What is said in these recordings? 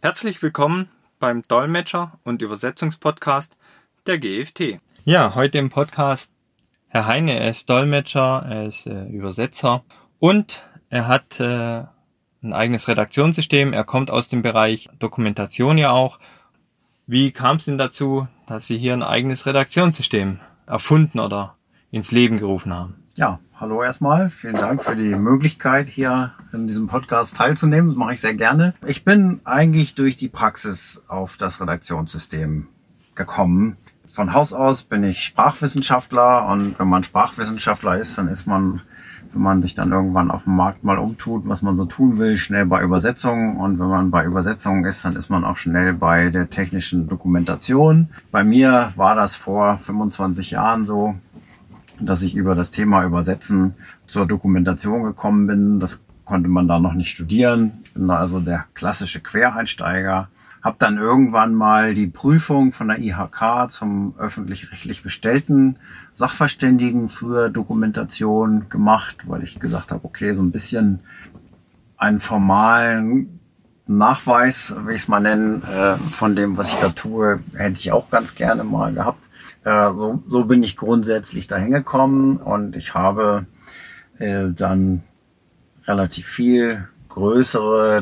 Herzlich willkommen beim Dolmetscher- und Übersetzungspodcast der GFT. Ja, heute im Podcast Herr Heine, er ist Dolmetscher, er ist Übersetzer und er hat ein eigenes Redaktionssystem. Er kommt aus dem Bereich Dokumentation ja auch. Wie kam es denn dazu, dass Sie hier ein eigenes Redaktionssystem erfunden oder ins Leben gerufen haben? Ja, hallo erstmal. Vielen Dank für die Möglichkeit, hier in diesem Podcast teilzunehmen. Das mache ich sehr gerne. Ich bin eigentlich durch die Praxis auf das Redaktionssystem gekommen. Von Haus aus bin ich Sprachwissenschaftler und wenn man Sprachwissenschaftler ist, dann ist man, wenn man sich dann irgendwann auf dem Markt mal umtut, was man so tun will, schnell bei Übersetzungen. Und wenn man bei Übersetzungen ist, dann ist man auch schnell bei der technischen Dokumentation. Bei mir war das vor 25 Jahren so, dass ich über das Thema Übersetzen zur Dokumentation gekommen bin. Das konnte man da noch nicht studieren. Ich bin da also der klassische Quereinsteiger. Habe dann irgendwann mal die Prüfung von der IHK zum öffentlich-rechtlich bestellten Sachverständigen für Dokumentation gemacht, weil ich gesagt habe, okay, so ein bisschen einen formalen Nachweis, will ich es mal nennen, von dem, was ich da tue, hätte ich auch ganz gerne mal gehabt. So bin ich grundsätzlich dahin gekommen und ich habe dann relativ viel größere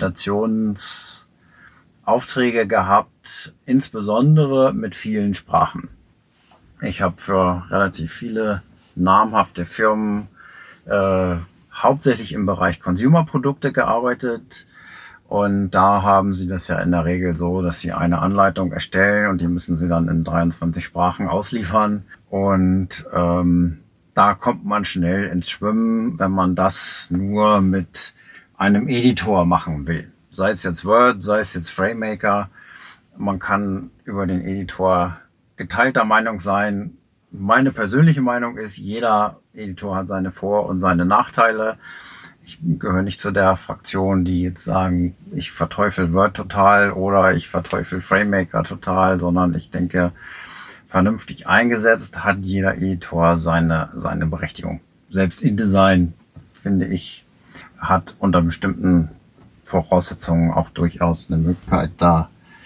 Dokumentationsaufträge gehabt, insbesondere mit vielen Sprachen. Ich habe für relativ viele namhafte Firmen hauptsächlich im Bereich Consumer-Produkte gearbeitet. Und da haben sie das ja in der Regel so, dass sie eine Anleitung erstellen und die müssen sie dann in 23 Sprachen ausliefern. Und da kommt man schnell ins Schwimmen, wenn man das nur mit einem Editor machen will. Sei es jetzt Word, sei es jetzt FrameMaker. Man kann über den Editor geteilter Meinung sein. Meine persönliche Meinung ist, jeder Editor hat seine Vor- und seine Nachteile. Ich gehöre nicht zu der Fraktion, die jetzt sagen, ich verteufel Word total oder ich verteufel FrameMaker total, sondern ich denke, vernünftig eingesetzt hat jeder Editor seine Berechtigung. Selbst InDesign, finde ich, hat unter bestimmten Voraussetzungen auch durchaus eine Möglichkeit, da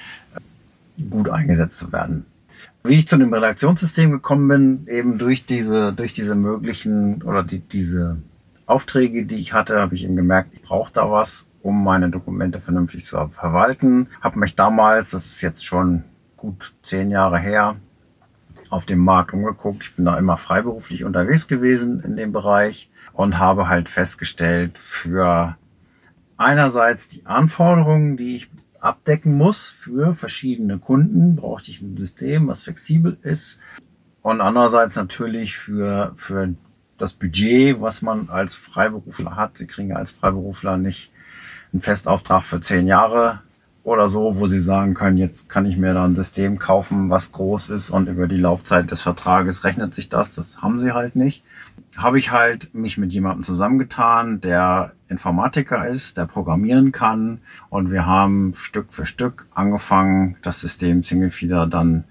gut eingesetzt zu werden. Wie ich zu dem Redaktionssystem gekommen bin, eben durch diese möglichen oder diese Aufträge, die ich hatte, habe ich eben gemerkt, ich brauche da was, um meine Dokumente vernünftig zu verwalten. Habe mich damals, das ist jetzt schon gut 10 Jahre her, auf dem Markt umgeguckt. Ich bin da immer freiberuflich unterwegs gewesen in dem Bereich und habe halt festgestellt, für einerseits die Anforderungen, die ich abdecken muss für verschiedene Kunden, brauchte ich ein System, was flexibel ist und andererseits natürlich für das Budget, was man als Freiberufler hat. Sie kriegen als Freiberufler nicht einen Festauftrag für 10 Jahre oder so, wo Sie sagen können, jetzt kann ich mir da ein System kaufen, was groß ist und über die Laufzeit des Vertrages rechnet sich das. Das haben Sie halt nicht. Habe ich halt mich mit jemandem zusammengetan, der Informatiker ist, der programmieren kann und wir haben Stück für Stück angefangen, das System Singlefeeder dann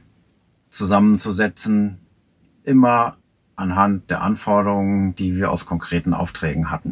zusammenzusetzen, immer anhand der Anforderungen, die wir aus konkreten Aufträgen hatten.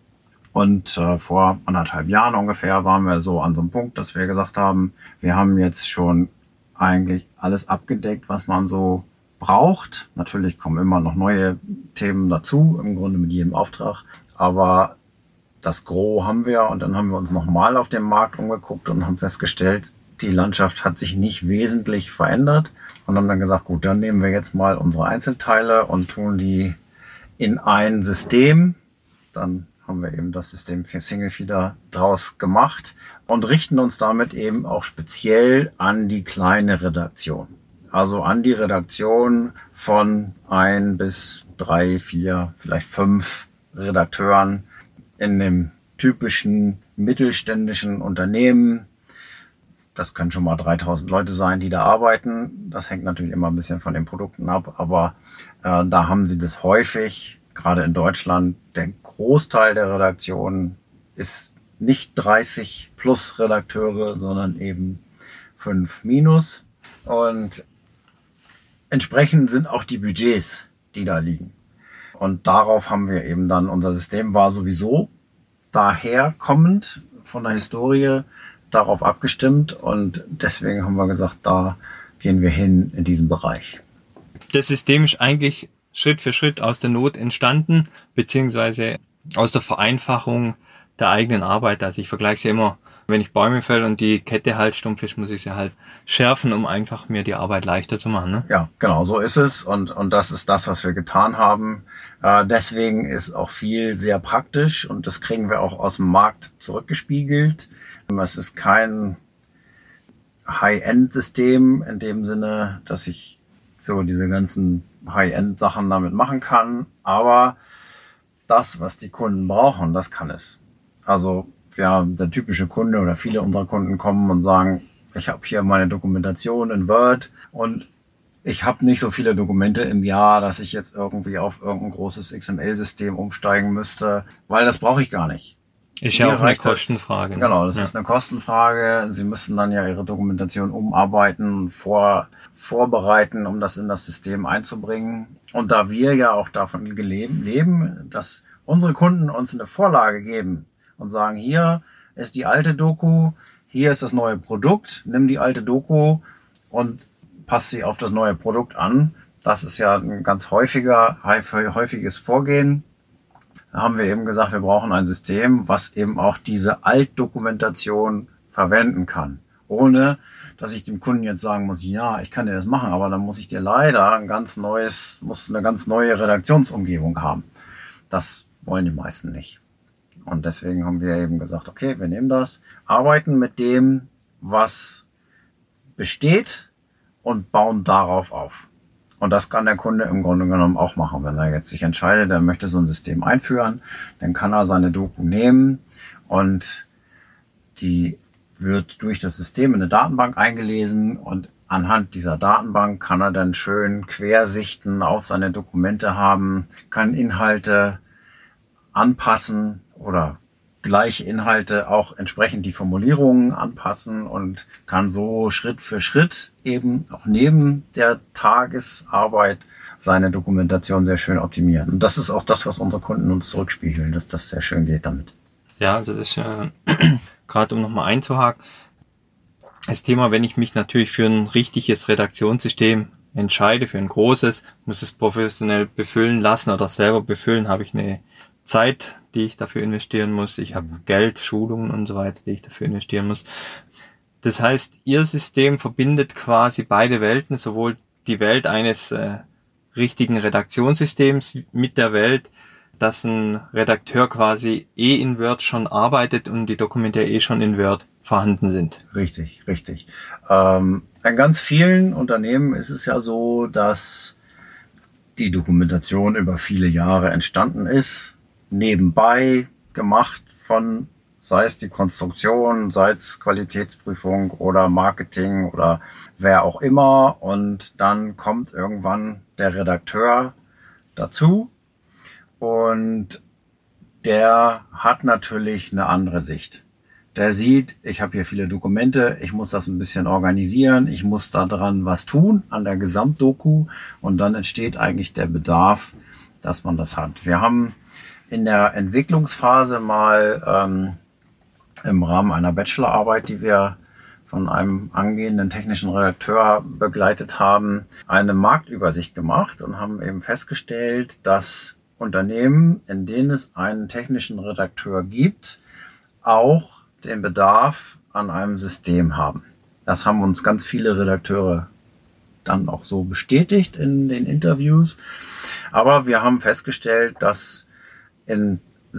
Und vor 1,5 Jahren ungefähr waren wir so an so einem Punkt, dass wir gesagt haben, wir haben jetzt schon eigentlich alles abgedeckt, was man so braucht. Natürlich kommen immer noch neue Themen dazu, im Grunde mit jedem Auftrag. Aber das Gros haben wir und dann haben wir uns nochmal auf dem Markt umgeguckt und haben festgestellt, die Landschaft hat sich nicht wesentlich verändert und haben dann gesagt, gut, dann nehmen wir jetzt mal unsere Einzelteile und tun die in ein System. Dann haben wir eben das System für Singlefeeder draus gemacht und richten uns damit eben auch speziell an die kleine Redaktion. Also an die Redaktion von 1 bis 3, 4, vielleicht 5 Redakteuren in dem typischen mittelständischen Unternehmen. Das können schon mal 3000 Leute sein, die da arbeiten. Das hängt natürlich immer ein bisschen von den Produkten ab, aber da haben sie das häufig, gerade in Deutschland. Der Großteil der Redaktionen ist nicht 30 plus Redakteure, sondern eben 5 minus. Und entsprechend sind auch die Budgets, die da liegen. Und darauf haben wir eben dann, unser System war sowieso daher kommend von der Historie darauf abgestimmt und deswegen haben wir gesagt, da gehen wir hin in diesen Bereich. Das System ist eigentlich Schritt für Schritt aus der Not entstanden, beziehungsweise aus der Vereinfachung der eigenen Arbeit. Also ich vergleiche es ja immer, wenn ich Bäume fälle und die Kette halt stumpf ist, muss ich sie halt schärfen, um einfach mir die Arbeit leichter zu machen. Ne? Ja, genau, so ist es und das ist das, was wir getan haben. Deswegen ist auch viel sehr praktisch und das kriegen wir auch aus dem Markt zurückgespiegelt. Es ist kein High-End-System in dem Sinne, dass ich so diese ganzen High-End-Sachen damit machen kann, aber das, was die Kunden brauchen, das kann es. Also ja, der typische Kunde oder viele unserer Kunden kommen und sagen, ich habe hier meine Dokumentation in Word und ich habe nicht so viele Dokumente im Jahr, dass ich jetzt irgendwie auf irgendein großes XML-System umsteigen müsste, weil das brauche ich gar nicht. Ist ja auch eine Kostenfrage. Ne? Genau, das ist eine Kostenfrage. Sie müssen dann ja Ihre Dokumentation umarbeiten, vorbereiten, um das in das System einzubringen. Und da wir ja auch davon leben, dass unsere Kunden uns eine Vorlage geben und sagen, hier ist die alte Doku, hier ist das neue Produkt, nimm die alte Doku und passt sie auf das neue Produkt an. Das ist ja ein ganz häufiges Vorgehen. Da haben wir eben gesagt, wir brauchen ein System, was eben auch diese Altdokumentation verwenden kann. Ohne, dass ich dem Kunden jetzt sagen muss, ja, ich kann dir das machen, aber dann muss ich dir leider eine ganz neue Redaktionsumgebung haben. Das wollen die meisten nicht. Und deswegen haben wir eben gesagt, okay, wir nehmen das, arbeiten mit dem, was besteht und bauen darauf auf. Und das kann der Kunde im Grunde genommen auch machen. Wenn er jetzt sich entscheidet, er möchte so ein System einführen, dann kann er seine Doku nehmen und die wird durch das System in eine Datenbank eingelesen und anhand dieser Datenbank kann er dann schön Quersichten auf seine Dokumente haben, kann Inhalte anpassen oder gleiche Inhalte auch entsprechend die Formulierungen anpassen und kann so Schritt für Schritt eben auch neben der Tagesarbeit seine Dokumentation sehr schön optimieren. Und das ist auch das, was unsere Kunden uns zurückspiegeln, dass das sehr schön geht damit. Ja, also das ist gerade um nochmal einzuhaken, das Thema, wenn ich mich natürlich für ein richtiges Redaktionssystem entscheide, für ein großes, muss es professionell befüllen lassen oder selber befüllen, habe ich eine Zeit, die ich dafür investieren muss. Ich habe Geld, Schulungen und so weiter, die ich dafür investieren muss. Das heißt, Ihr System verbindet quasi beide Welten, sowohl die Welt eines richtigen Redaktionssystems mit der Welt, dass ein Redakteur quasi in Word schon arbeitet und die Dokumente schon in Word vorhanden sind. Richtig, richtig. In ganz vielen Unternehmen ist es ja so, dass die Dokumentation über viele Jahre entstanden ist, nebenbei gemacht von, sei es die Konstruktion, sei es Qualitätsprüfung oder Marketing oder wer auch immer. Und dann kommt irgendwann der Redakteur dazu und der hat natürlich eine andere Sicht. Der sieht, ich habe hier viele Dokumente, ich muss das ein bisschen organisieren, ich muss da dran was tun an der Gesamtdoku und dann entsteht eigentlich der Bedarf, dass man das hat. Wir haben in der Entwicklungsphase mal im Rahmen einer Bachelorarbeit, die wir von einem angehenden technischen Redakteur begleitet haben, eine Marktübersicht gemacht und haben eben festgestellt, dass Unternehmen, in denen es einen technischen Redakteur gibt, auch den Bedarf an einem System haben. Das haben uns ganz viele Redakteure dann auch so bestätigt in den Interviews. Aber wir haben festgestellt, dass in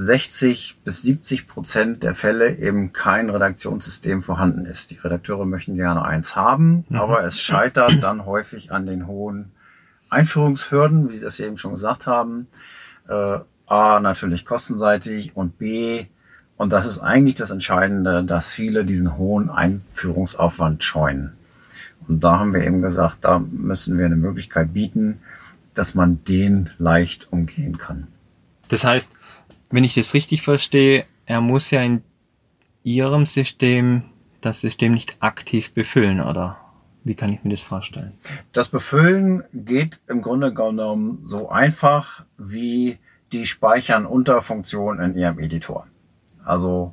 60-70% der Fälle eben kein Redaktionssystem vorhanden ist. Die Redakteure möchten gerne eins haben, aber es scheitert dann häufig an den hohen Einführungshürden, wie Sie das eben schon gesagt haben. A, natürlich kostenseitig und B, und das ist eigentlich das Entscheidende, dass viele diesen hohen Einführungsaufwand scheuen. Und da haben wir eben gesagt, da müssen wir eine Möglichkeit bieten, dass man den leicht umgehen kann. Das heißt, wenn ich das richtig verstehe, er muss ja in Ihrem System das System nicht aktiv befüllen, oder? Wie kann ich mir das vorstellen? Das Befüllen geht im Grunde genommen so einfach wie die Speichern-Unterfunktion in Ihrem Editor. Also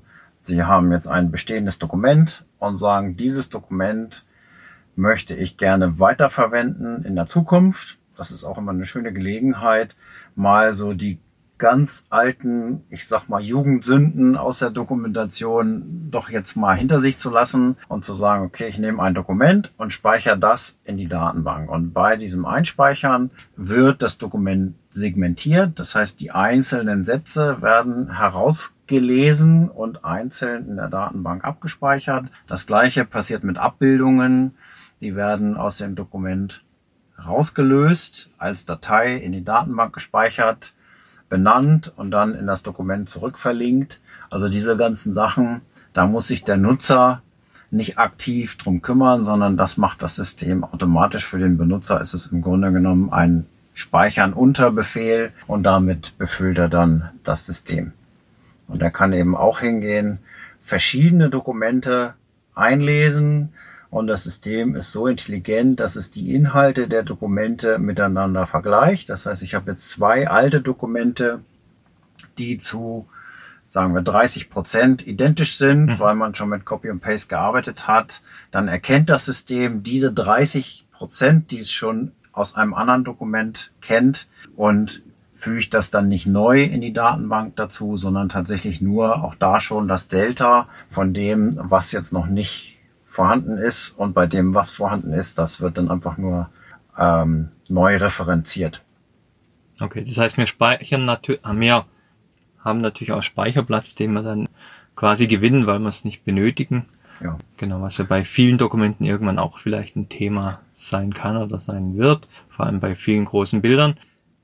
Sie haben jetzt ein bestehendes Dokument und sagen, dieses Dokument möchte ich gerne weiterverwenden in der Zukunft. Das ist auch immer eine schöne Gelegenheit, mal so die ganz alten, ich sag mal, Jugendsünden aus der Dokumentation doch jetzt mal hinter sich zu lassen und zu sagen, okay, ich nehme ein Dokument und speichere das in die Datenbank. Und bei diesem Einspeichern wird das Dokument segmentiert. Das heißt, die einzelnen Sätze werden herausgelesen und einzeln in der Datenbank abgespeichert. Das Gleiche passiert mit Abbildungen. Die werden aus dem Dokument rausgelöst, als Datei in die Datenbank gespeichert, benannt und dann in das Dokument zurückverlinkt. Also diese ganzen Sachen, da muss sich der Nutzer nicht aktiv drum kümmern, sondern das macht das System automatisch. Für den Benutzer ist es im Grunde genommen ein Speichern unter Befehl und damit befüllt er dann das System. Und er kann eben auch hingehen, verschiedene Dokumente einlesen und das System ist so intelligent, dass es die Inhalte der Dokumente miteinander vergleicht. Das heißt, ich habe jetzt 2 alte Dokumente, die zu, sagen wir, 30% identisch sind, weil man schon mit Copy und Paste gearbeitet hat. Dann erkennt das System diese 30%, die es schon aus einem anderen Dokument kennt und füge das dann nicht neu in die Datenbank dazu, sondern tatsächlich nur auch da schon das Delta von dem, was jetzt noch nicht vorhanden ist und bei dem, was vorhanden ist, das wird dann einfach nur neu referenziert. Okay, das heißt, wir speichern haben natürlich auch Speicherplatz, den wir dann quasi gewinnen, weil wir es nicht benötigen. Ja. Genau, was ja bei vielen Dokumenten irgendwann auch vielleicht ein Thema sein kann oder sein wird, vor allem bei vielen großen Bildern.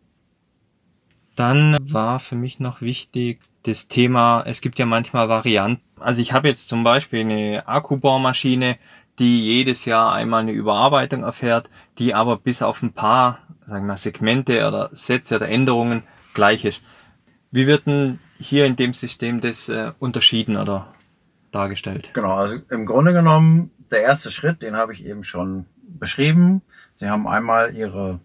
Dann war für mich noch wichtig das Thema, es gibt ja manchmal Varianten. Also ich habe jetzt zum Beispiel eine Akkubohrmaschine, die jedes Jahr einmal eine Überarbeitung erfährt, die aber bis auf ein paar, sagen wir mal, Segmente oder Sätze oder Änderungen gleich ist. Wie wird denn hier in dem System das unterschieden oder dargestellt? Genau, also im Grunde genommen, der erste Schritt, den habe ich eben schon beschrieben. Sie haben einmal Ihre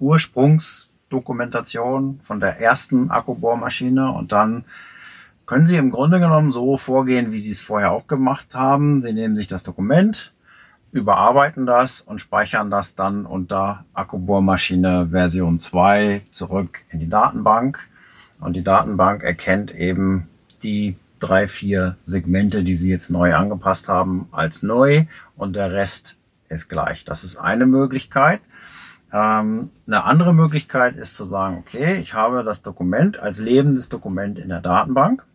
Ursprungsdokumentation von der ersten Akkubohrmaschine und dann können Sie im Grunde genommen so vorgehen, wie Sie es vorher auch gemacht haben. Sie nehmen sich das Dokument, überarbeiten das und speichern das dann unter Akkubohrmaschine Version 2 zurück in die Datenbank. Und die Datenbank erkennt eben die 3-4 Segmente, die Sie jetzt neu angepasst haben, als neu und der Rest ist gleich. Das ist eine Möglichkeit. Eine andere Möglichkeit ist zu sagen, okay, ich habe das Dokument als lebendes Dokument in der Datenbank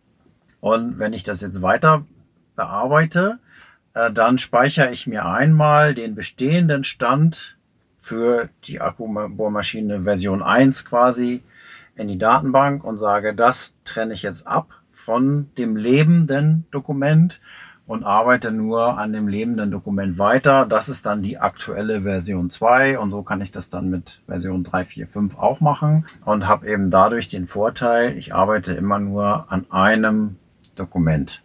und wenn ich das jetzt weiter bearbeite, dann speichere ich mir einmal den bestehenden Stand für die Akkubohrmaschine Version 1 quasi in die Datenbank und sage, das trenne ich jetzt ab von dem lebenden Dokument und arbeite nur an dem lebenden Dokument weiter. Das ist dann die aktuelle Version 2 und so kann ich das dann mit Version 3, 4, 5 auch machen und habe eben dadurch den Vorteil, ich arbeite immer nur an einem Dokument.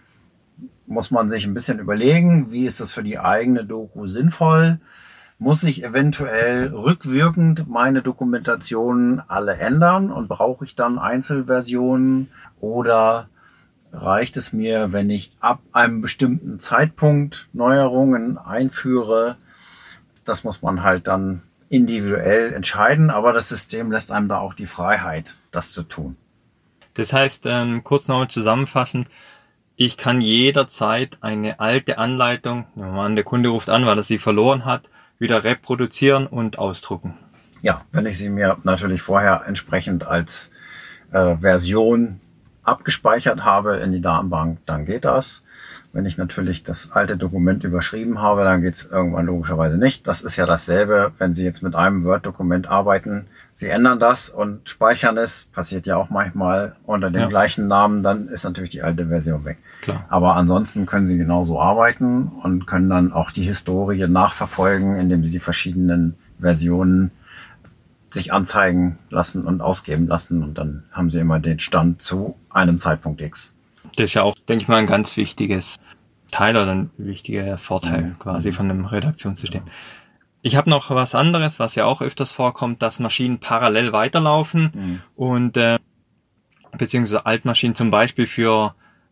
Muss man sich ein bisschen überlegen, wie ist das für die eigene Doku sinnvoll? Muss ich eventuell rückwirkend meine Dokumentationen alle ändern und brauche ich dann Einzelversionen oder reicht es mir, wenn ich ab einem bestimmten Zeitpunkt Neuerungen einführe? Das muss man halt dann individuell entscheiden, aber das System lässt einem da auch die Freiheit, das zu tun. Das heißt, kurz nochmal zusammenfassend, ich kann jederzeit eine alte Anleitung, nehmen wir mal an, der Kunde ruft an, weil er sie verloren hat, wieder reproduzieren und ausdrucken. Ja, wenn ich sie mir natürlich vorher entsprechend als Version abgespeichert habe in die Datenbank, dann geht das. Wenn ich natürlich das alte Dokument überschrieben habe, dann geht es irgendwann logischerweise nicht. Das ist ja dasselbe, wenn Sie jetzt mit einem Word-Dokument arbeiten. Sie ändern das und speichern es, passiert ja auch manchmal unter dem gleichen Namen, dann ist natürlich die alte Version weg. Klar. Aber ansonsten können Sie genauso arbeiten und können dann auch die Historie nachverfolgen, indem Sie die verschiedenen Versionen sich anzeigen lassen und ausgeben lassen und dann haben Sie immer den Stand zu einem Zeitpunkt X. Das ist ja auch, denke ich mal, ein ganz wichtiges Teil oder ein wichtiger Vorteil quasi von einem Redaktionssystem. Ich habe noch was anderes, was ja auch öfters vorkommt, dass Maschinen parallel weiterlaufen und beziehungsweise Altmaschinen zum Beispiel für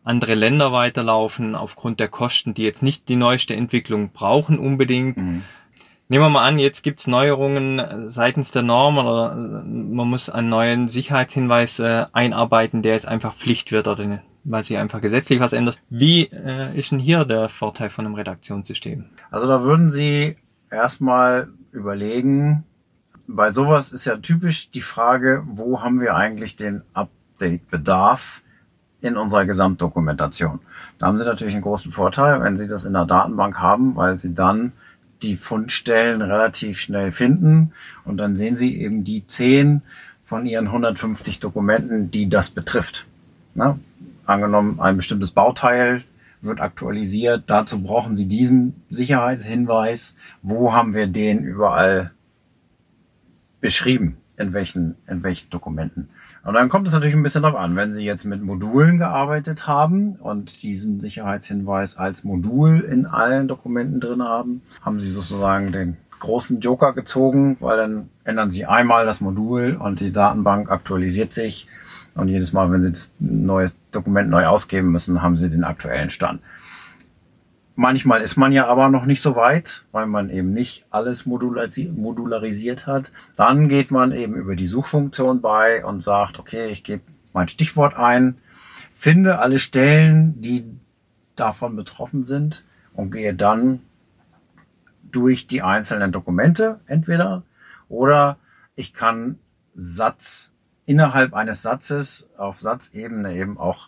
andere Länder weiterlaufen, aufgrund der Kosten, die jetzt nicht die neueste Entwicklung brauchen unbedingt. Mhm. Nehmen wir mal an, jetzt gibt's Neuerungen seitens der Norm oder man muss einen neuen Sicherheitshinweis einarbeiten, der jetzt einfach Pflicht wird oder weil sich einfach gesetzlich was ändert. Wie ist denn hier der Vorteil von einem Redaktionssystem? Also da würden Sie erstmal überlegen, bei sowas ist ja typisch die Frage, wo haben wir eigentlich den Update-Bedarf in unserer Gesamtdokumentation. Da haben Sie natürlich einen großen Vorteil, wenn Sie das in der Datenbank haben, weil Sie dann die Fundstellen relativ schnell finden und dann sehen Sie eben die 10 von Ihren 150 Dokumenten, die das betrifft. Na, angenommen, ein bestimmtes Bauteil wird aktualisiert, dazu brauchen Sie diesen Sicherheitshinweis. Wo haben wir den überall beschrieben? In welchen Dokumenten? Und dann kommt es natürlich ein bisschen darauf an, wenn Sie jetzt mit Modulen gearbeitet haben und diesen Sicherheitshinweis als Modul in allen Dokumenten drin haben, haben Sie sozusagen den großen Joker gezogen, weil dann ändern Sie einmal das Modul und die Datenbank aktualisiert sich und jedes Mal, wenn Sie das neue Dokument neu ausgeben müssen, haben Sie den aktuellen Stand. Manchmal ist man ja aber noch nicht so weit, weil man eben nicht alles modularisiert hat. Dann geht man eben über die Suchfunktion bei und sagt, okay, ich gebe mein Stichwort ein, finde alle Stellen, die davon betroffen sind und gehe dann durch die einzelnen Dokumente entweder oder ich kann innerhalb eines Satzes auf Satzebene eben auch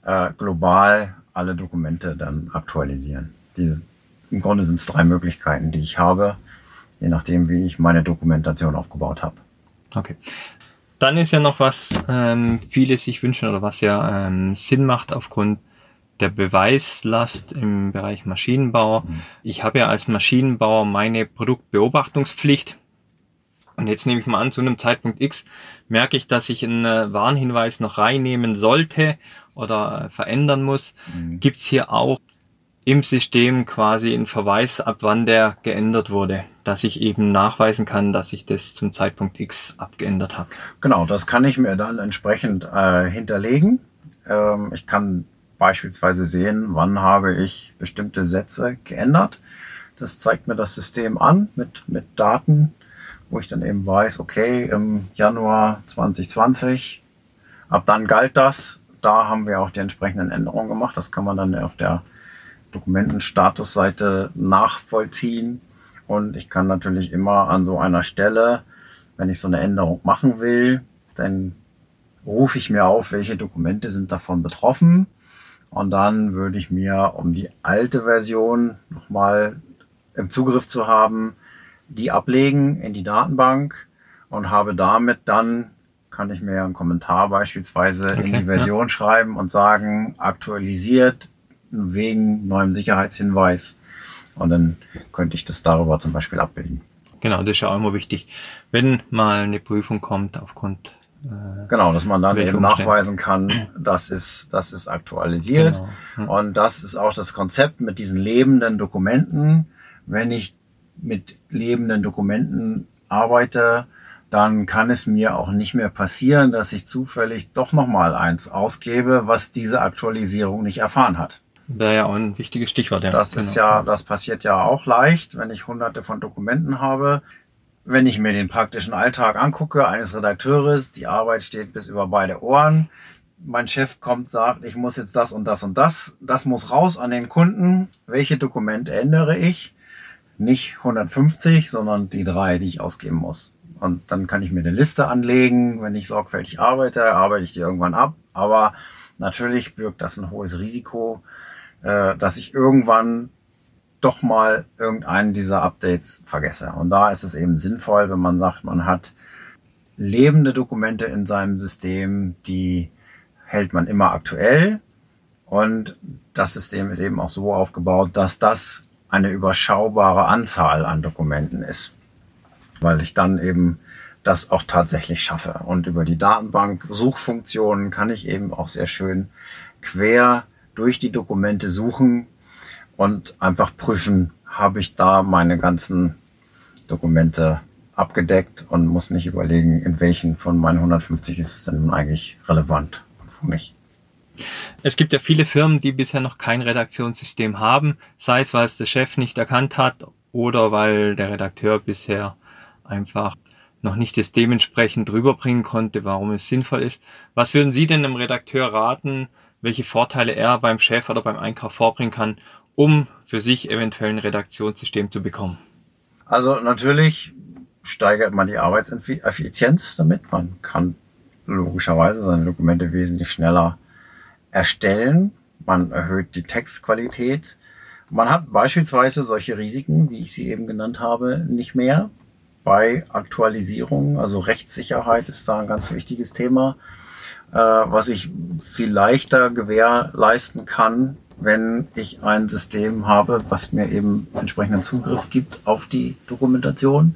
global alle Dokumente dann aktualisieren. Im Grunde sind es 3 Möglichkeiten, die ich habe, je nachdem, wie ich meine Dokumentation aufgebaut habe. Okay. Dann ist ja noch was viele sich wünschen oder was ja Sinn macht aufgrund der Beweislast im Bereich Maschinenbau. Ich habe ja als Maschinenbauer meine Produktbeobachtungspflicht. Und jetzt nehme ich mal an, zu einem Zeitpunkt X merke ich, dass ich einen Warnhinweis noch reinnehmen sollte oder verändern muss. Gibt's hier auch im System quasi einen Verweis, ab wann der geändert wurde, dass ich eben nachweisen kann, dass ich das zum Zeitpunkt X abgeändert habe? Genau, das kann ich mir dann entsprechend hinterlegen. Ich kann beispielsweise sehen, wann habe ich bestimmte Sätze geändert. Das zeigt mir das System an mit Daten, wo ich dann eben weiß, okay, im Januar 2020, ab dann galt das. Da haben wir auch die entsprechenden Änderungen gemacht. Das kann man dann auf der Dokumentenstatusseite nachvollziehen. Und ich kann natürlich immer an so einer Stelle, wenn ich so eine Änderung machen will, dann rufe ich mir auf, welche Dokumente sind davon betroffen. Und dann würde ich mir, um die alte Version nochmal im Zugriff zu haben, die ablegen in die Datenbank und habe damit dann, kann ich mir einen Kommentar beispielsweise in die Version schreiben und sagen, aktualisiert wegen neuem Sicherheitshinweis. Und dann könnte ich das darüber zum Beispiel abbilden. Genau, das ist ja auch immer wichtig, wenn mal eine Prüfung kommt aufgrund genau, dass man dann eben nachweisen kann, das ist aktualisiert. Genau. Und das ist auch das Konzept mit diesen lebenden Dokumenten. Wenn ich mit lebenden Dokumenten arbeite, dann kann es mir auch nicht mehr passieren, dass ich zufällig doch nochmal eins ausgebe, was diese Aktualisierung nicht erfahren hat. Wäre ja auch ein wichtiges Stichwort. Ja. Das passiert ja auch leicht, wenn ich hunderte von Dokumenten habe. Wenn ich mir den praktischen Alltag angucke eines Redakteurs, die Arbeit steht bis über beide Ohren. Mein Chef kommt, sagt, ich muss jetzt das und das und das. Das muss raus an den Kunden. Welche Dokumente ändere ich? Nicht 150, sondern die 3, die ich ausgeben muss. Und dann kann ich mir eine Liste anlegen. Wenn ich sorgfältig arbeite ich die irgendwann ab. Aber natürlich birgt das ein hohes Risiko, dass ich irgendwann doch mal irgendeinen dieser Updates vergesse. Und da ist es eben sinnvoll, wenn man sagt, man hat lebende Dokumente in seinem System, die hält man immer aktuell. Und das System ist eben auch so aufgebaut, dass das eine überschaubare Anzahl an Dokumenten ist, weil ich dann eben das auch tatsächlich schaffe. Und über die Datenbank-Suchfunktionen kann ich eben auch sehr schön quer durch die Dokumente suchen und einfach prüfen, habe ich da meine ganzen Dokumente abgedeckt und muss nicht überlegen, in welchen von meinen 150 ist es denn nun eigentlich relevant und wo nicht. Es gibt ja viele Firmen, die bisher noch kein Redaktionssystem haben, sei es, weil es der Chef nicht erkannt hat oder weil der Redakteur bisher einfach noch nicht das dementsprechend rüberbringen konnte, warum es sinnvoll ist. Was würden Sie denn dem Redakteur raten, welche Vorteile er beim Chef oder beim Einkauf vorbringen kann, um für sich eventuell ein Redaktionssystem zu bekommen? Also natürlich steigert man die Arbeitseffizienz damit. Man kann logischerweise seine Dokumente wesentlich schneller erstellen. Man erhöht die Textqualität. Man hat beispielsweise solche Risiken, wie ich sie eben genannt habe, nicht mehr bei Aktualisierungen. Also Rechtssicherheit ist da ein ganz wichtiges Thema, was ich viel leichter gewährleisten kann, wenn ich ein System habe, was mir eben entsprechenden Zugriff gibt auf die Dokumentation.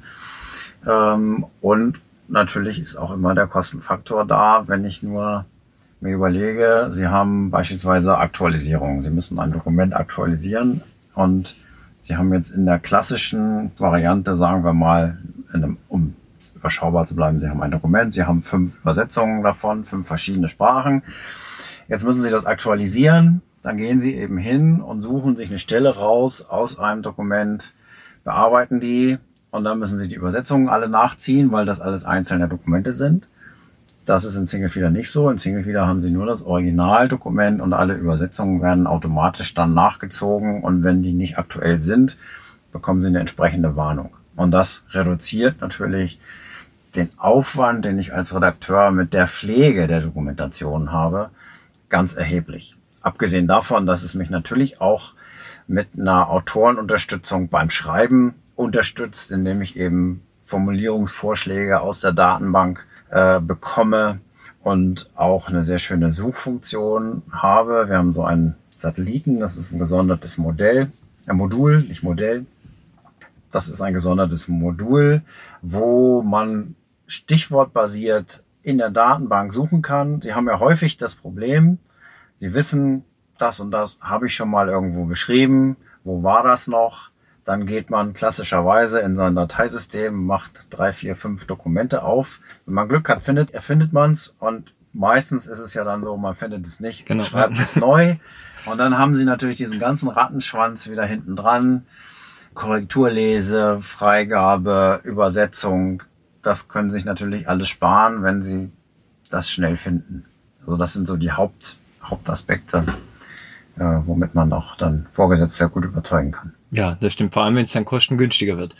Und natürlich ist auch immer der Kostenfaktor da, wenn ich nur mir überlege, Sie haben beispielsweise Aktualisierung. Sie müssen ein Dokument aktualisieren und Sie haben jetzt in der klassischen Variante, sagen wir mal, um überschaubar zu bleiben, Sie haben ein Dokument, Sie haben 5 Übersetzungen davon, 5 verschiedene Sprachen. Jetzt müssen Sie das aktualisieren. Dann gehen Sie eben hin und suchen sich eine Stelle raus aus einem Dokument, bearbeiten die und dann müssen Sie die Übersetzungen alle nachziehen, weil das alles einzelne Dokumente sind. Das ist in Singlefeeder nicht so. In Singlefeeder haben Sie nur das Originaldokument und alle Übersetzungen werden automatisch dann nachgezogen und wenn die nicht aktuell sind, bekommen Sie eine entsprechende Warnung. Und das reduziert natürlich den Aufwand, den ich als Redakteur mit der Pflege der Dokumentation habe, ganz erheblich. Abgesehen davon, dass es mich natürlich auch mit einer Autorenunterstützung beim Schreiben unterstützt, indem ich eben Formulierungsvorschläge aus der Datenbank bekomme und auch eine sehr schöne Suchfunktion habe. Wir haben so einen Satelliten, das ist ein gesondertes Modul, nicht Modell. Das ist ein gesondertes Modul, wo man stichwortbasiert in der Datenbank suchen kann. Sie haben ja häufig das Problem, Sie wissen, das und das habe ich schon mal irgendwo geschrieben. Wo war das noch? Dann geht man klassischerweise in sein Dateisystem, macht 3, 4, 5 Dokumente auf. Wenn man Glück hat, findet man es. Und meistens ist es ja dann so, man findet es nicht, genau, schreibt es neu. Und dann haben Sie natürlich diesen ganzen Rattenschwanz wieder hinten dran. Korrekturlese, Freigabe, Übersetzung. Das können Sie sich natürlich alles sparen, wenn Sie das schnell finden. Also das sind so die Hauptaspekte, womit man auch dann Vorgesetzte gut überzeugen kann. Ja, das stimmt, vor allem wenn es dann kostengünstiger wird.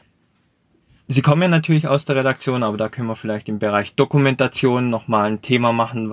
Sie kommen ja natürlich aus der Redaktion, aber da können wir vielleicht im Bereich Dokumentation nochmal ein Thema machen,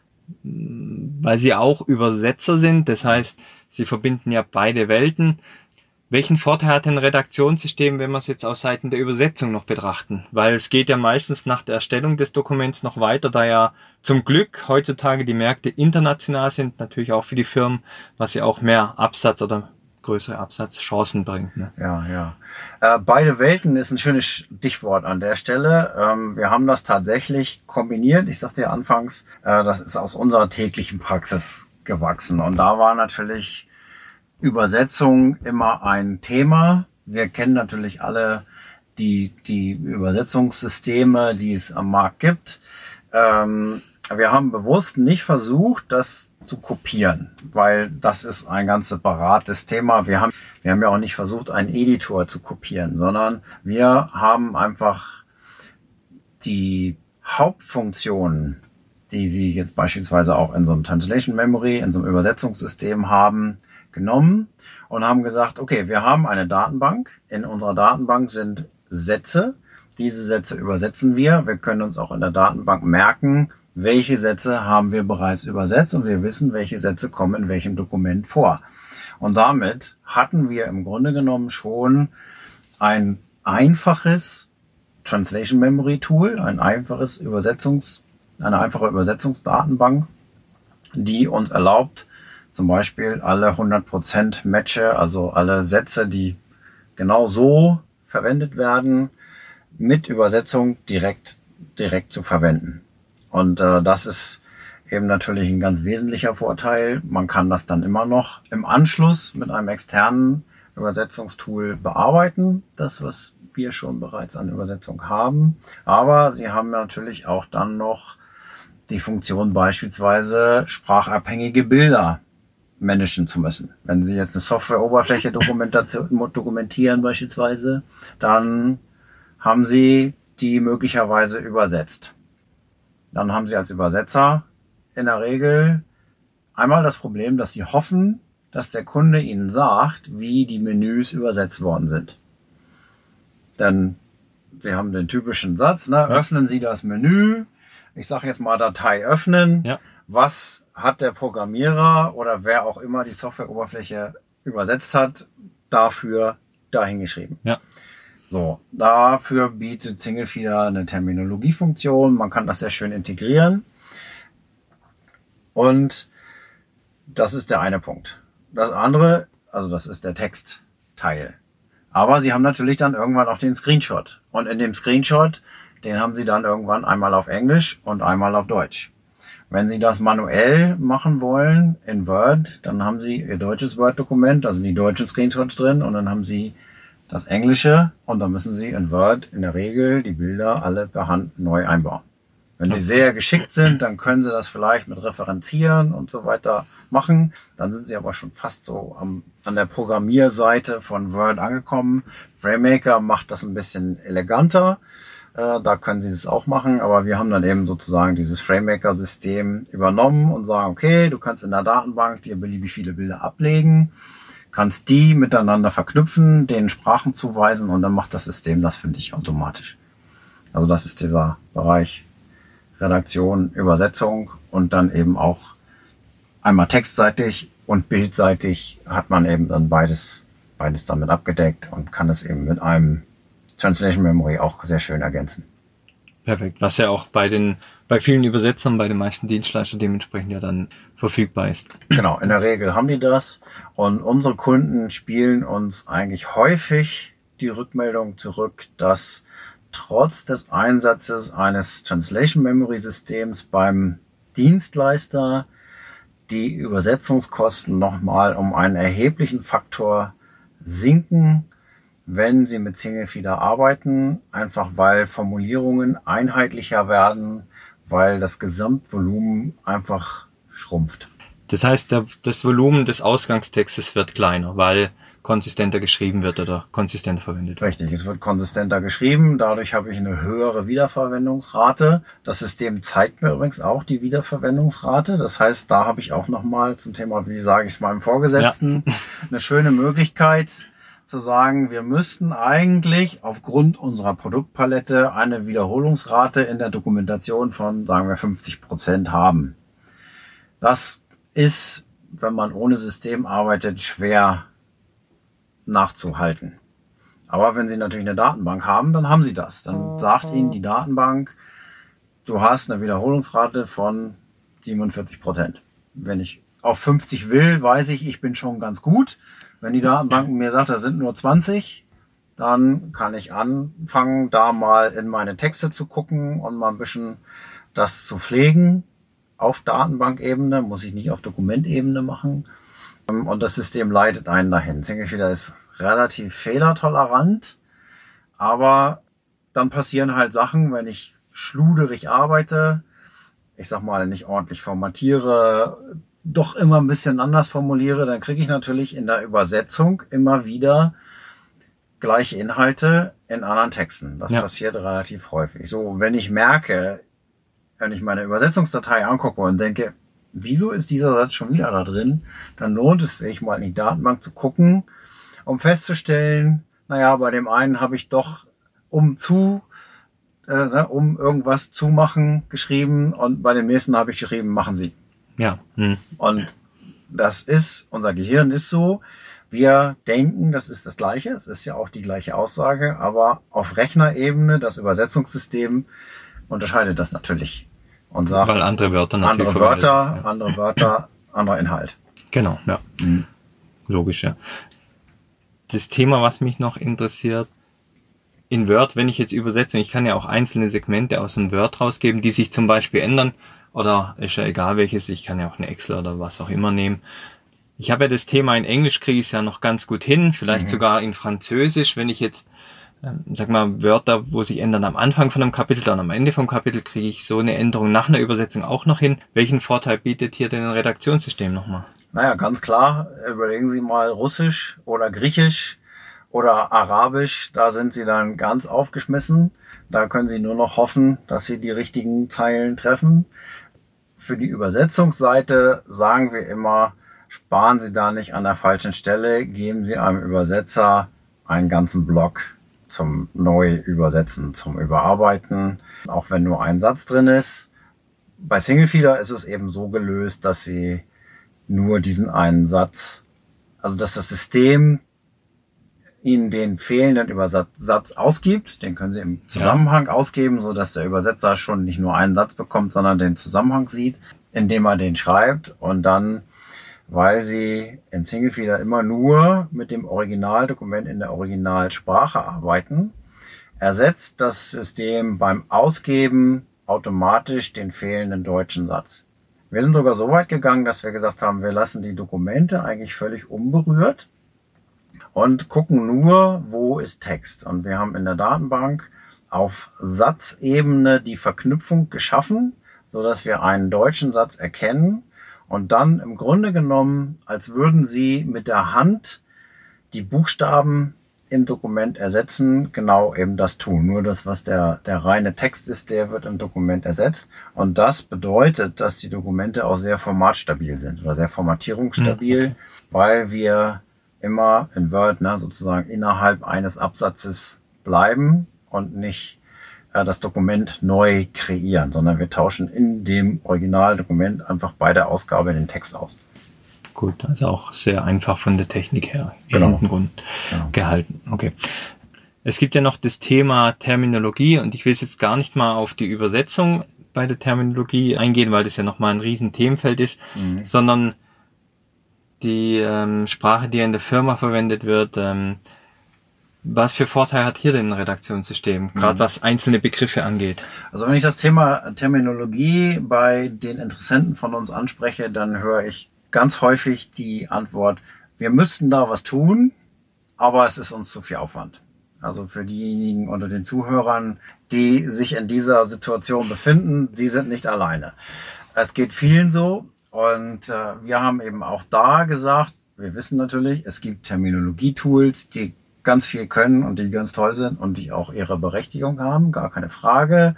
weil Sie auch Übersetzer sind, das heißt, Sie verbinden ja beide Welten. Welchen Vorteil hat ein Redaktionssystem, wenn wir es jetzt aus Seiten der Übersetzung noch betrachten? Weil es geht ja meistens nach der Erstellung des Dokuments noch weiter, da ja zum Glück heutzutage die Märkte international sind, natürlich auch für die Firmen, was ja auch mehr Absatz oder größere Absatzchancen bringt. Ne? Ja. Beide Welten ist ein schönes Stichwort an der Stelle. Wir haben das tatsächlich kombiniert. Ich sagte ja anfangs, das ist aus unserer täglichen Praxis gewachsen. Und da war natürlich Übersetzung immer ein Thema. Wir kennen natürlich alle die Übersetzungssysteme, die es am Markt gibt. Wir haben bewusst nicht versucht, das zu kopieren, weil das ist ein ganz separates Thema. Wir haben ja auch nicht versucht, einen Editor zu kopieren, sondern wir haben einfach die Hauptfunktionen, die Sie jetzt beispielsweise auch in so einem Translation Memory, in so einem Übersetzungssystem haben, genommen und haben gesagt, okay, wir haben eine Datenbank. In unserer Datenbank sind Sätze. Diese Sätze übersetzen wir. Wir können uns auch in der Datenbank merken, welche Sätze haben wir bereits übersetzt und wir wissen, welche Sätze kommen in welchem Dokument vor. Und damit hatten wir im Grunde genommen schon ein einfaches Translation Memory Tool, eine einfache Übersetzungsdatenbank, die uns erlaubt, zum Beispiel alle 100% Matche, also alle Sätze, die genau so verwendet werden, mit Übersetzung direkt zu verwenden. Und das ist eben natürlich ein ganz wesentlicher Vorteil. Man kann das dann immer noch im Anschluss mit einem externen Übersetzungstool bearbeiten, das, was wir schon bereits an Übersetzung haben. Aber Sie haben natürlich auch dann noch die Funktion beispielsweise sprachabhängige Bilder managen zu müssen. Wenn Sie jetzt eine Softwareoberfläche dokumentieren beispielsweise, dann haben Sie die möglicherweise übersetzt. Dann haben Sie als Übersetzer in der Regel einmal das Problem, dass Sie hoffen, dass der Kunde Ihnen sagt, wie die Menüs übersetzt worden sind. Denn Sie haben den typischen Satz, ne? Öffnen Sie das Menü, ich sage jetzt mal Datei öffnen, was hat der Programmierer oder wer auch immer die Softwareoberfläche übersetzt hat, dafür dahingeschrieben. Ja. So, dafür bietet Singlefeeder eine Terminologiefunktion, man kann das sehr schön integrieren und das ist der eine Punkt. Das andere, also das ist der Textteil. Aber Sie haben natürlich dann irgendwann auch den Screenshot. Und in dem Screenshot, den haben Sie dann irgendwann einmal auf Englisch und einmal auf Deutsch. Wenn Sie das manuell machen wollen in Word, dann haben Sie Ihr deutsches Word-Dokument, da sind die deutschen Screenshots drin und dann haben Sie das Englische und dann müssen Sie in Word in der Regel die Bilder alle per Hand neu einbauen. Wenn Sie sehr geschickt sind, dann können Sie das vielleicht mit Referenzieren und so weiter machen. Dann sind Sie aber schon fast so an der Programmierseite von Word angekommen. FrameMaker macht das ein bisschen eleganter. Da können Sie das auch machen. Aber wir haben dann eben sozusagen dieses FrameMaker-System übernommen und sagen, okay, du kannst in der Datenbank dir beliebig viele Bilder ablegen, kannst die miteinander verknüpfen, denen Sprachen zuweisen und dann macht das System das für dich automatisch. Also das ist dieser Bereich Redaktion, Übersetzung und dann eben auch einmal textseitig und bildseitig hat man eben dann beides damit abgedeckt und kann es eben mit einem Translation Memory auch sehr schön ergänzen. Perfekt, was ja auch bei vielen Übersetzern, bei den meisten Dienstleistern dementsprechend ja dann verfügbar ist. Genau, in der Regel haben die das und unsere Kunden spielen uns eigentlich häufig die Rückmeldung zurück, dass trotz des Einsatzes eines Translation Memory Systems beim Dienstleister die Übersetzungskosten nochmal um einen erheblichen Faktor sinken, wenn sie mit Singlefeeder arbeiten, einfach weil Formulierungen einheitlicher werden, weil das Gesamtvolumen einfach schrumpft. Das heißt, das Volumen des Ausgangstextes wird kleiner, weil konsistenter geschrieben wird oder konsistenter verwendet wird. Richtig, es wird konsistenter geschrieben, dadurch habe ich eine höhere Wiederverwendungsrate. Das System zeigt mir übrigens auch die Wiederverwendungsrate. Das heißt, da habe ich auch nochmal zum Thema, wie sage ich es meinem Vorgesetzten, eine schöne Möglichkeit zu sagen, wir müssten eigentlich aufgrund unserer Produktpalette eine Wiederholungsrate in der Dokumentation von, sagen wir, 50% haben. Das ist, wenn man ohne System arbeitet, schwer nachzuhalten. Aber wenn Sie natürlich eine Datenbank haben, dann haben Sie das. Dann sagt Ihnen die Datenbank, du hast eine Wiederholungsrate von 47%. Wenn ich auf 50 will, weiß ich bin schon ganz gut. Wenn die Datenbank mir sagt, das sind nur 20, dann kann ich anfangen, da mal in meine Texte zu gucken und mal ein bisschen das zu pflegen. Auf Datenbankebene, muss ich nicht auf Dokumentebene machen. Und das System leitet einen dahin. Singlefeeder ist relativ fehlertolerant, aber dann passieren halt Sachen, wenn ich schluderig arbeite, ich sag mal nicht ordentlich formatiere, doch immer ein bisschen anders formuliere, dann kriege ich natürlich in der Übersetzung immer wieder gleiche Inhalte in anderen Texten. Das passiert relativ häufig. So, wenn ich merke, wenn ich meine Übersetzungsdatei angucke und denke, wieso ist dieser Satz schon wieder da drin, dann lohnt es sich mal in die Datenbank zu gucken, um festzustellen, naja, bei dem einen habe ich doch um irgendwas zu machen geschrieben und bei dem nächsten habe ich geschrieben, machen Sie. Ja. Und das ist, unser Gehirn ist so, wir denken, das ist das Gleiche, es ist ja auch die gleiche Aussage, aber auf Rechnerebene, das Übersetzungssystem unterscheidet das natürlich. Und sagt, weil andere Wörter natürlich andere Wörter, anderer Inhalt. Genau, ja. Logisch, ja. Das Thema, was mich noch interessiert, in Word, wenn ich jetzt übersetze, ich kann ja auch einzelne Segmente aus dem Word rausgeben, die sich zum Beispiel ändern, oder ist ja egal welches, ich kann ja auch eine Excel oder was auch immer nehmen. Ich habe ja das Thema in Englisch, kriege ich es ja noch ganz gut hin, vielleicht sogar in Französisch, wenn ich jetzt sag mal, Wörter, wo sich ändern am Anfang von einem Kapitel, dann am Ende vom Kapitel, kriege ich so eine Änderung nach einer Übersetzung auch noch hin. Welchen Vorteil bietet hier denn ein Redaktionssystem nochmal? Naja, ganz klar, überlegen Sie mal Russisch oder Griechisch oder Arabisch, da sind Sie dann ganz aufgeschmissen. Da können Sie nur noch hoffen, dass Sie die richtigen Zeilen treffen. Für die Übersetzungsseite sagen wir immer, sparen Sie da nicht an der falschen Stelle, geben Sie einem Übersetzer einen ganzen Block zum Neu-Übersetzen, zum Überarbeiten, auch wenn nur ein Satz drin ist. Bei Singlefeeder ist es eben so gelöst, dass Sie nur diesen einen Satz, also dass das System Ihnen den fehlenden Übersatz ausgibt. Den können Sie im Zusammenhang ausgeben, so dass der Übersetzer schon nicht nur einen Satz bekommt, sondern den Zusammenhang sieht, indem er den schreibt. Und dann, weil Sie in Singlefeeder immer nur mit dem Originaldokument in der Originalsprache arbeiten, ersetzt das System beim Ausgeben automatisch den fehlenden deutschen Satz. Wir sind sogar so weit gegangen, dass wir gesagt haben, wir lassen die Dokumente eigentlich völlig unberührt und gucken nur, wo ist Text. Und wir haben in der Datenbank auf Satzebene die Verknüpfung geschaffen, so dass wir einen deutschen Satz erkennen und dann im Grunde genommen, als würden Sie mit der Hand die Buchstaben im Dokument ersetzen, genau eben das tun. Nur das, was der reine Text ist, der wird im Dokument ersetzt. Und das bedeutet, dass die Dokumente auch sehr formatstabil sind oder sehr formatierungsstabil, weil wir immer in Word sozusagen innerhalb eines Absatzes bleiben und nicht das Dokument neu kreieren, sondern wir tauschen in dem Originaldokument einfach bei der Ausgabe den Text aus. Gut, also auch sehr einfach von der Technik her Genau. im Hintergrund gehalten. Okay. Es gibt ja noch das Thema Terminologie und ich will jetzt gar nicht mal auf die Übersetzung bei der Terminologie eingehen, weil das ja nochmal ein riesen Themenfeld ist, sondern die Sprache, die in der Firma verwendet wird. Was für Vorteile hat hier denn ein Redaktionssystem, gerade was einzelne Begriffe angeht? Also wenn ich das Thema Terminologie bei den Interessenten von uns anspreche, dann höre ich ganz häufig die Antwort, wir müssten da was tun, aber es ist uns zu viel Aufwand. Also für diejenigen unter den Zuhörern, die sich in dieser Situation befinden, die sind nicht alleine. Es geht vielen so und wir haben eben auch da gesagt, wir wissen natürlich, es gibt Terminologie-Tools, die ganz viel können und die ganz toll sind und die auch ihre Berechtigung haben, gar keine Frage.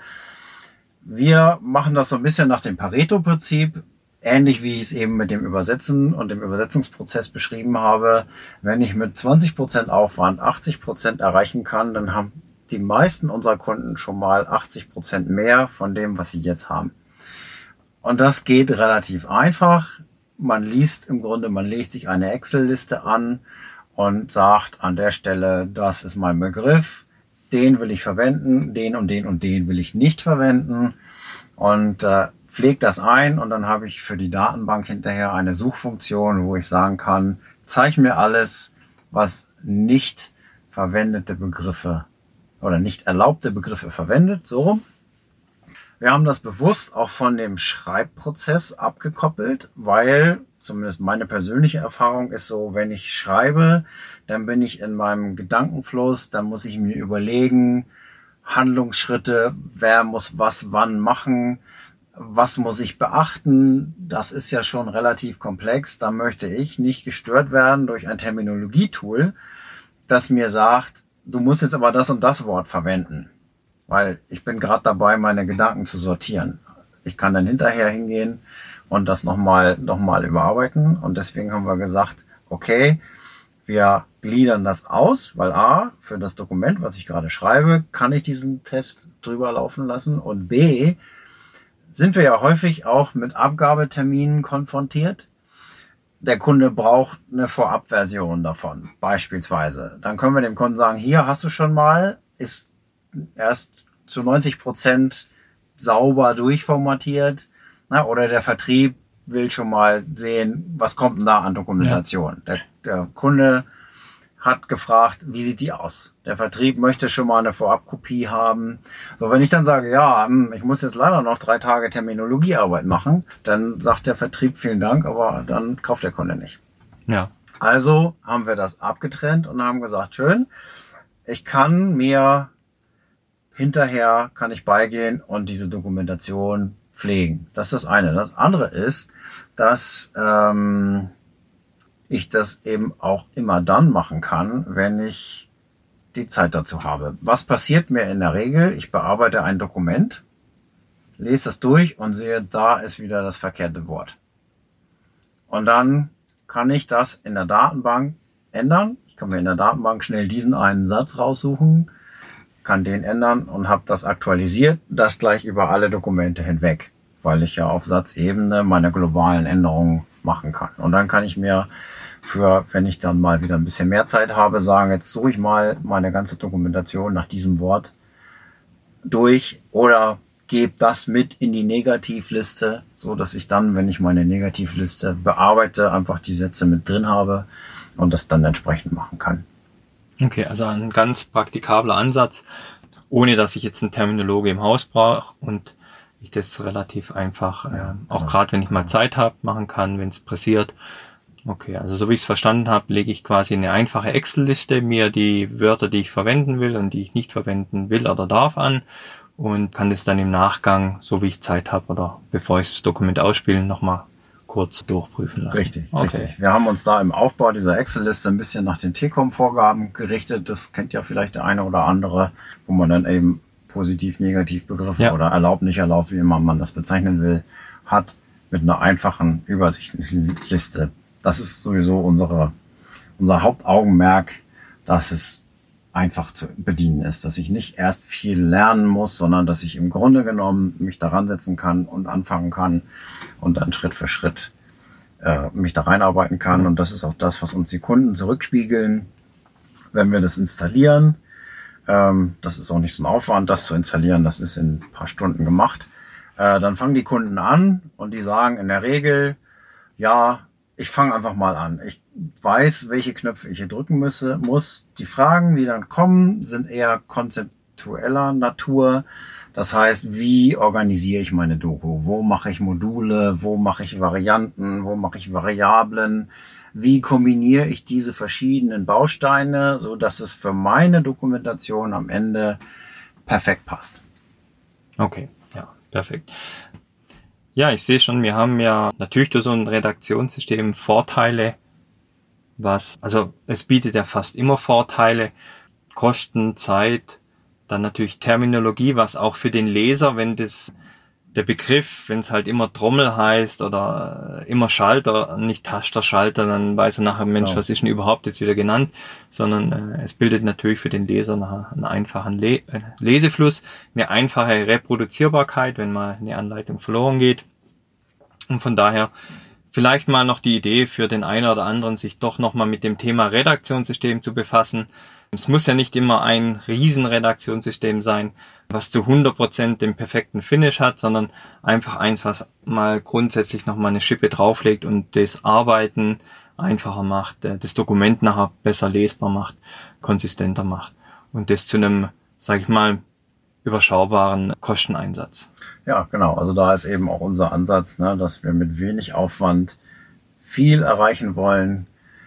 Wir machen das so ein bisschen nach dem Pareto-Prinzip, ähnlich wie ich es eben mit dem Übersetzen und dem Übersetzungsprozess beschrieben habe. Wenn ich mit 20% Aufwand 80% erreichen kann, dann haben die meisten unserer Kunden schon mal 80% mehr von dem, was sie jetzt haben. Und das geht relativ einfach. Man liest im Grunde, man legt sich eine Excel-Liste an und sagt an der Stelle, das ist mein Begriff, den will ich verwenden, den und den und den will ich nicht verwenden und pflegt das ein und dann habe ich für die Datenbank hinterher eine Suchfunktion, wo ich sagen kann, zeig mir alles, was nicht verwendete Begriffe oder nicht erlaubte Begriffe verwendet, so rum. Wir haben das bewusst auch von dem Schreibprozess abgekoppelt, weil zumindest meine persönliche Erfahrung ist so, wenn ich schreibe, dann bin ich in meinem Gedankenfluss, dann muss ich mir überlegen, Handlungsschritte, wer muss was wann machen, was muss ich beachten, das ist ja schon relativ komplex, da möchte ich nicht gestört werden durch ein Terminologietool, das mir sagt, du musst jetzt aber das und das Wort verwenden, weil ich bin gerade dabei, meine Gedanken zu sortieren. Ich kann dann hinterher hingehen und das nochmal überarbeiten. Und deswegen haben wir gesagt, okay, wir gliedern das aus, weil A, für das Dokument, was ich gerade schreibe, kann ich diesen Test drüber laufen lassen. Und B, sind wir ja häufig auch mit Abgabeterminen konfrontiert. Der Kunde braucht eine Vorabversion davon, beispielsweise. Dann können wir dem Kunden sagen, hier hast du schon mal, ist erst zu 90% sauber durchformatiert. Oder der Vertrieb will schon mal sehen, was kommt denn da an Dokumentation. Ja. Der Kunde hat gefragt, wie sieht die aus? Der Vertrieb möchte schon mal eine Vorabkopie haben. So, wenn ich dann sage, ja, ich muss jetzt leider noch 3 Tage Terminologiearbeit machen, dann sagt der Vertrieb vielen Dank, aber dann kauft der Kunde nicht. Ja. Also haben wir das abgetrennt und haben gesagt, schön, ich kann mir hinterher kann ich beigehen und diese Dokumentation pflegen. Das ist das eine. Das andere ist, dass ich das eben auch immer dann machen kann, wenn ich die Zeit dazu habe. Was passiert mir in der Regel? Ich bearbeite ein Dokument, lese das durch und sehe, da ist wieder das verkehrte Wort. Und dann kann ich das in der Datenbank ändern. Ich kann mir in der Datenbank schnell diesen einen Satz raussuchen, kann den ändern und habe das aktualisiert, das gleich über alle Dokumente hinweg, weil ich ja auf Satzebene meine globalen Änderungen machen kann. Und dann kann ich mir wenn ich dann mal wieder ein bisschen mehr Zeit habe, sagen, jetzt suche ich mal meine ganze Dokumentation nach diesem Wort durch oder gebe das mit in die Negativliste, so dass ich dann, wenn ich meine Negativliste bearbeite, einfach die Sätze mit drin habe und das dann entsprechend machen kann. Okay, also ein ganz praktikabler Ansatz, ohne dass ich jetzt einen Terminologe im Haus brauche und ich das relativ einfach, auch gerade wenn ich mal Zeit habe, machen kann, wenn es pressiert. Okay, also so wie ich es verstanden habe, lege ich quasi eine einfache Excel-Liste, mir die Wörter, die ich verwenden will und die ich nicht verwenden will oder darf, an und kann das dann im Nachgang, so wie ich Zeit habe oder bevor ich das Dokument ausspiele, nochmal kurz durchprüfen lassen. Richtig, okay. Richtig. Wir haben uns da im Aufbau dieser Excel-Liste ein bisschen nach den TECOM-Vorgaben gerichtet. Das kennt ja vielleicht der eine oder andere, wo man dann eben Positiv-Negativ-Begriffe oder erlaubt, nicht erlaubt, wie immer man das bezeichnen will, hat mit einer einfachen, übersichtlichen Liste. Das ist sowieso unser Hauptaugenmerk, dass es einfach zu bedienen ist, dass ich nicht erst viel lernen muss, sondern dass ich im Grunde genommen mich daran setzen kann und anfangen kann und dann Schritt für Schritt mich da reinarbeiten kann. Und das ist auch das, was uns die Kunden zurückspiegeln, wenn wir das installieren. Das ist auch nicht so ein Aufwand, das zu installieren. Das ist in ein paar Stunden gemacht. Dann fangen die Kunden an und die sagen in der Regel, ja, ich fange einfach mal an. Ich weiß, welche Knöpfe ich hier drücken muss. Die Fragen, die dann kommen, sind eher konzeptueller Natur. Das heißt, wie organisiere ich meine Doku? Wo mache ich Module? Wo mache ich Varianten? Wo mache ich Variablen? Wie kombiniere ich diese verschiedenen Bausteine, so dass es für meine Dokumentation am Ende perfekt passt? Okay, ja, perfekt. Ja, ich sehe schon, wir haben ja natürlich durch so ein Redaktionssystem Vorteile, also es bietet ja fast immer Vorteile, Kosten, Zeit, dann natürlich Terminologie, was auch für den Leser, wenn der Begriff, wenn es halt immer Trommel heißt oder immer Schalter, nicht Tasterschalter, dann weiß er nachher, Mensch, was ist denn überhaupt jetzt wieder genannt, sondern es bildet natürlich für den Leser nachher einen einfachen Lesefluss, eine einfache Reproduzierbarkeit, wenn mal eine Anleitung verloren geht. Und von daher vielleicht mal noch die Idee für den einen oder anderen, sich doch nochmal mit dem Thema Redaktionssystem zu befassen. Es muss ja nicht immer ein Riesenredaktionssystem sein, was zu 100% den perfekten Finish hat, sondern einfach eins, was mal grundsätzlich nochmal eine Schippe drauflegt und das Arbeiten einfacher macht, das Dokument nachher besser lesbar macht, konsistenter macht und das zu einem, sag ich mal, überschaubaren Kosteneinsatz. Ja, genau. Also da ist eben auch unser Ansatz, dass wir mit wenig Aufwand viel erreichen wollen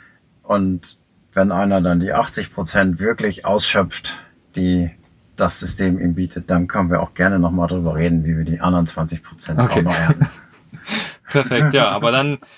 und wenn einer dann die 80% wirklich ausschöpft, die das System ihm bietet, dann können wir auch gerne nochmal drüber reden, wie wir die anderen 20% auch noch ernten. Perfekt, ja, aber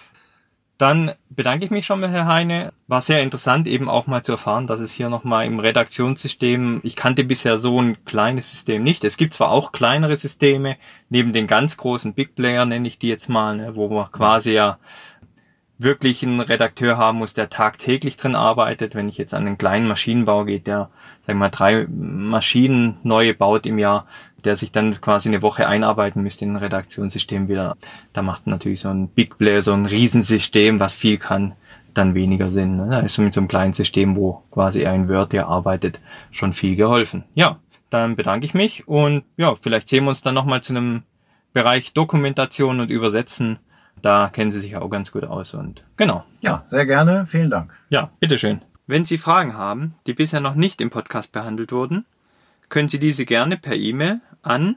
dann bedanke ich mich schon mal, Herr Heine. War sehr interessant, eben auch mal zu erfahren, dass es hier nochmal im Redaktionssystem, ich kannte bisher so ein kleines System nicht. Es gibt zwar auch kleinere Systeme, neben den ganz großen Big Player nenne ich die jetzt mal, wo man quasi ja wirklich einen Redakteur haben muss, der tagtäglich drin arbeitet. Wenn ich jetzt an einen kleinen Maschinenbau gehe, der, sagen wir mal, 3 Maschinen neue baut im Jahr, der sich dann quasi eine Woche einarbeiten müsste in ein Redaktionssystem wieder. Da macht natürlich so ein Big Player, so ein Riesensystem, was viel kann, dann weniger Sinn. Da ist mit so einem kleinen System, wo quasi ein Word ja arbeitet, schon viel geholfen. Ja, dann bedanke ich mich und ja, vielleicht sehen wir uns dann nochmal zu einem Bereich Dokumentation und Übersetzen. Da kennen Sie sich auch ganz gut aus und genau. Ja, sehr gerne. Vielen Dank. Ja, bitteschön. Wenn Sie Fragen haben, die bisher noch nicht im Podcast behandelt wurden, können Sie diese gerne per E-Mail an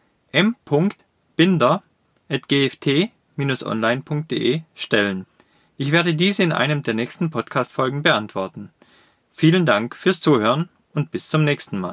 m.binder@gft-online.de stellen. Ich werde diese in einem der nächsten Podcast-Folgen beantworten. Vielen Dank fürs Zuhören und bis zum nächsten Mal.